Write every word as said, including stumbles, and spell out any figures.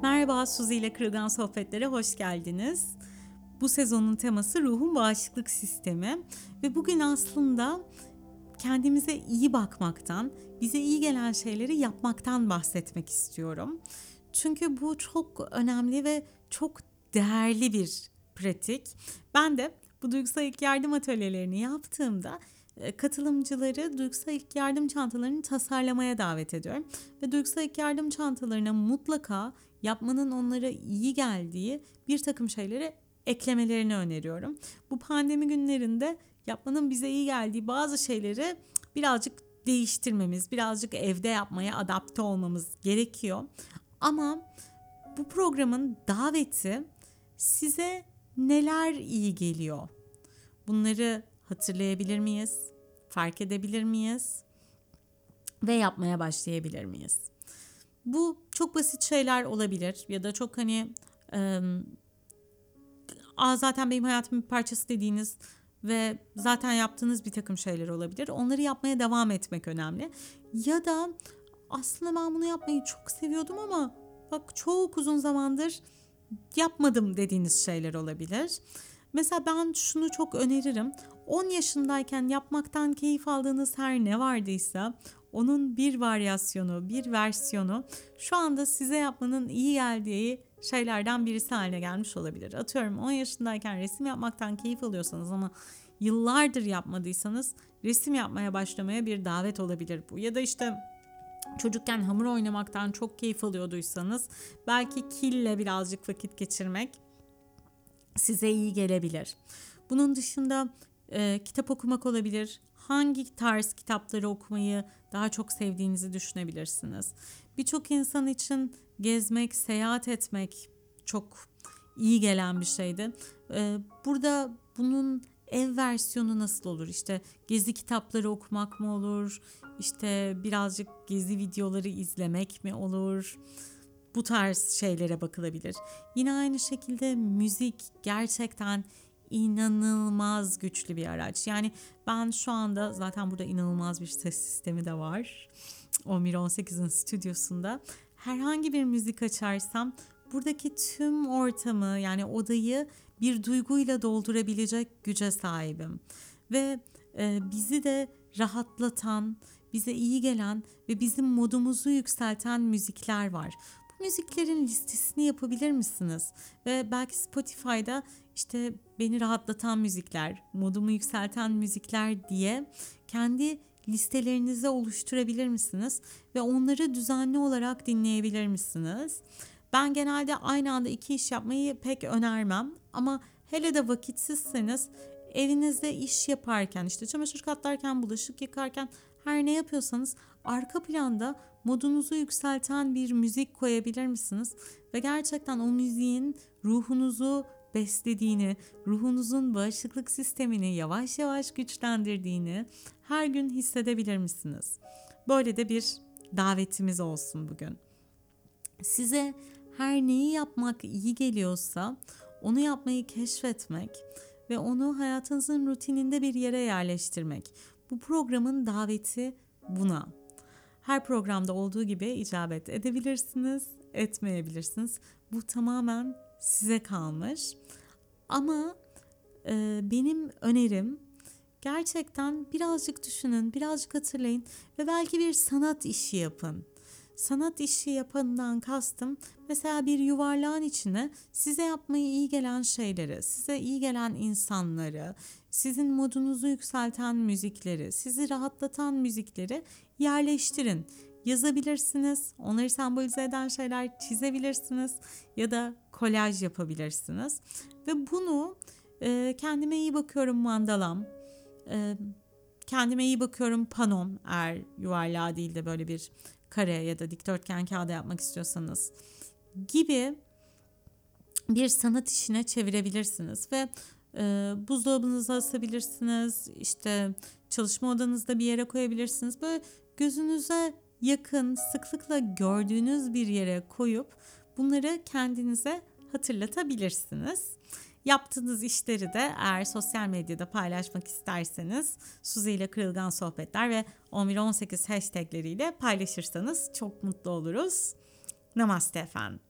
Merhaba, Suzi ile Kırılgan Sohbetlere hoş geldiniz. Bu sezonun teması ruhun bağışıklık sistemi ve bugün aslında kendimize iyi bakmaktan, bize iyi gelen şeyleri yapmaktan bahsetmek istiyorum. Çünkü bu çok önemli ve çok değerli bir pratik. Ben de bu duygusal ilk yardım atölyelerini yaptığımda e, katılımcıları duygusal ilk yardım çantalarını tasarlamaya davet ediyorum. Ve duygusal ilk yardım çantalarına mutlaka yapmanın onlara iyi geldiği bir takım şeyleri eklemelerini öneriyorum. Bu pandemi günlerinde yapmanın bize iyi geldiği bazı şeyleri birazcık değiştirmemiz, birazcık evde yapmaya adapte olmamız gerekiyor. Ama bu programın daveti size neler iyi geliyor? Bunları hatırlayabilir miyiz? Fark edebilir miyiz? Ve yapmaya başlayabilir miyiz? Bu çok basit şeyler olabilir ya da çok hani e, Aa, zaten benim hayatımın bir parçası dediğiniz ve zaten yaptığınız bir takım şeyler olabilir. Onları yapmaya devam etmek önemli. Ya da aslında ben bunu yapmayı çok seviyordum ama bak çok uzun zamandır yapmadım dediğiniz şeyler olabilir. Mesela ben şunu çok öneririm. on yaşındayken yapmaktan keyif aldığınız her ne vardıysa onun bir varyasyonu, bir versiyonu şu anda size yapmanın iyi geldiği şeylerden birisi haline gelmiş olabilir. Atıyorum on yaşındayken resim yapmaktan keyif alıyorsanız ama yıllardır yapmadıysanız resim yapmaya başlamaya bir davet olabilir bu. Ya da işte çocukken hamur oynamaktan çok keyif alıyorduysanız belki kille birazcık vakit geçirmek size iyi gelebilir. Bunun dışında e, kitap okumak olabilir. Hangi tarz kitapları okumayı daha çok sevdiğinizi düşünebilirsiniz. Birçok insan için gezmek, seyahat etmek çok iyi gelen bir şeydi. E, burada bunun ev versiyonu nasıl olur? İşte gezi kitapları okumak mı olur? İşte birazcık gezi videoları izlemek mi olur? Bu tarz şeylere bakılabilir. Yine aynı şekilde müzik gerçekten inanılmaz güçlü bir araç. Yani ben şu anda zaten burada inanılmaz bir ses sistemi de var. on bir on sekizin stüdyosunda. Herhangi bir müzik açarsam buradaki tüm ortamı yani odayı bir duyguyla doldurabilecek güce sahibim. Ve e, bizi de rahatlatan, bize iyi gelen ve bizim modumuzu yükselten müzikler var. Bu müziklerin listesini yapabilir misiniz? Ve belki Spotify'da işte beni rahatlatan müzikler, modumu yükselten müzikler diye kendi listelerinizi oluşturabilir misiniz? Ve onları düzenli olarak dinleyebilir misiniz? Ben genelde aynı anda iki iş yapmayı pek önermem ama hele de vakitsizseniz evinizde iş yaparken işte çamaşır katlarken, bulaşık yıkarken her ne yapıyorsanız arka planda modunuzu yükselten bir müzik koyabilir misiniz? Ve gerçekten o müziğin ruhunuzu beslediğini, ruhunuzun bağışıklık sistemini yavaş yavaş güçlendirdiğini her gün hissedebilir misiniz? Böyle de bir davetimiz olsun bugün. Size her neyi yapmak iyi geliyorsa onu yapmayı keşfetmek ve onu hayatınızın rutininde bir yere yerleştirmek. Bu programın daveti buna. Her programda olduğu gibi icabet edebilirsiniz, etmeyebilirsiniz. Bu tamamen size kalmış. Ama e, benim önerim gerçekten birazcık düşünün, birazcık hatırlayın ve belki bir sanat işi yapın. Sanat işi yapanından kastım mesela bir yuvarlağın içine size yapmayı iyi gelen şeyleri, size iyi gelen insanları, sizin modunuzu yükselten müzikleri, sizi rahatlatan müzikleri yerleştirin. Yazabilirsiniz, onları sembolize eden şeyler çizebilirsiniz ya da kolaj yapabilirsiniz. Ve bunu e, kendime iyi bakıyorum mandalam, e, kendime iyi bakıyorum panom eğer yuvarlağı değil de böyle bir kare ya da dikdörtgen kağıda yapmak istiyorsanız gibi bir sanat işine çevirebilirsiniz ve e, buzdolabınıza asabilirsiniz, işte çalışma odanızda bir yere koyabilirsiniz. Böyle gözünüze yakın, sıklıkla gördüğünüz bir yere koyup bunları kendinize hatırlatabilirsiniz. Yaptığınız işleri de eğer sosyal medyada paylaşmak isterseniz Suzi ile Kırılgan Sohbetler ve on bir on sekiz hashtagleriyle paylaşırsanız çok mutlu oluruz. Namaste efendim.